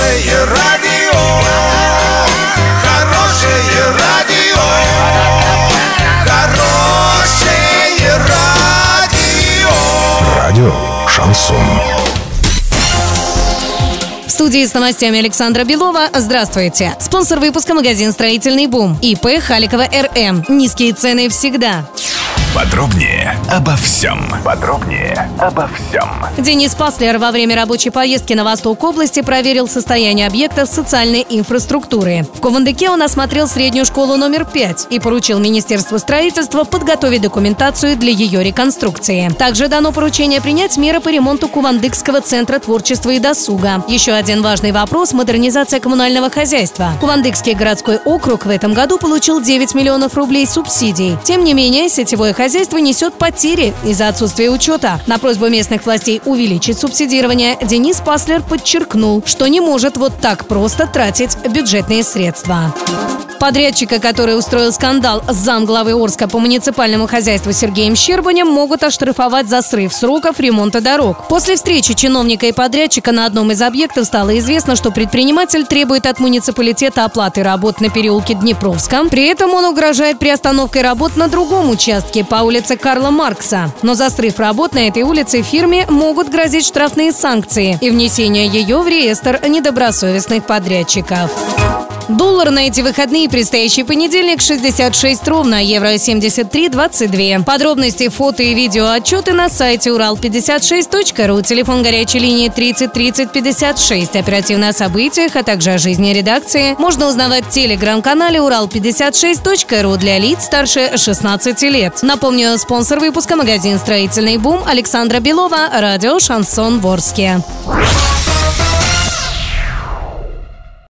Хорошее радио, хорошее радио, хорошее радио. Радио «Шансон». В студии с новостями Александра Белова. Здравствуйте. Спонсор выпуска — магазин «Строительный бум». ИП Халикова РМ. Низкие цены всегда. Подробнее обо всем. Денис Паслер во время рабочей поездки на восток области проверил состояние объектов социальной инфраструктуры. В Кувандыке он осмотрел среднюю школу номер 5 и поручил Министерству строительства подготовить документацию для ее реконструкции. Также дано поручение принять меры по ремонту Кувандыкского центра творчества и досуга. Еще один важный вопрос – модернизация коммунального хозяйства. Кувандыкский городской округ в этом году получил 9 миллионов рублей субсидий. Тем не менее, сетевое хозяйство несет потери из-за отсутствия учета. На просьбу местных властей увеличить субсидирование Денис Паслер подчеркнул, что не может вот так просто тратить бюджетные средства. Подрядчика, который устроил скандал с замглавы Орска по муниципальному хозяйству Сергеем Щербанем, могут оштрафовать за срыв сроков ремонта дорог. После встречи чиновника и подрядчика на одном из объектов стало известно, что предприниматель требует от муниципалитета оплаты работ на переулке Днепровском. При этом он угрожает приостановкой работ на другом участке по улице Карла Маркса. Но за срыв работ на этой улице фирме могут грозить штрафные санкции и внесение ее в реестр недобросовестных подрядчиков. Доллар на эти выходные и предстоящий понедельник 66 ровно, евро 73,22. Подробности, фото и видео отчеты на сайте урал56.ру, телефон горячей линии 30 30 56. Оперативно о событиях, а также о жизни редакции можно узнавать в телеграм-канале урал56.ру для лиц старше 16 лет. Напомню, спонсор выпуска — магазин «Строительный бум», Александра Белова, радио «Шансон» в Орске.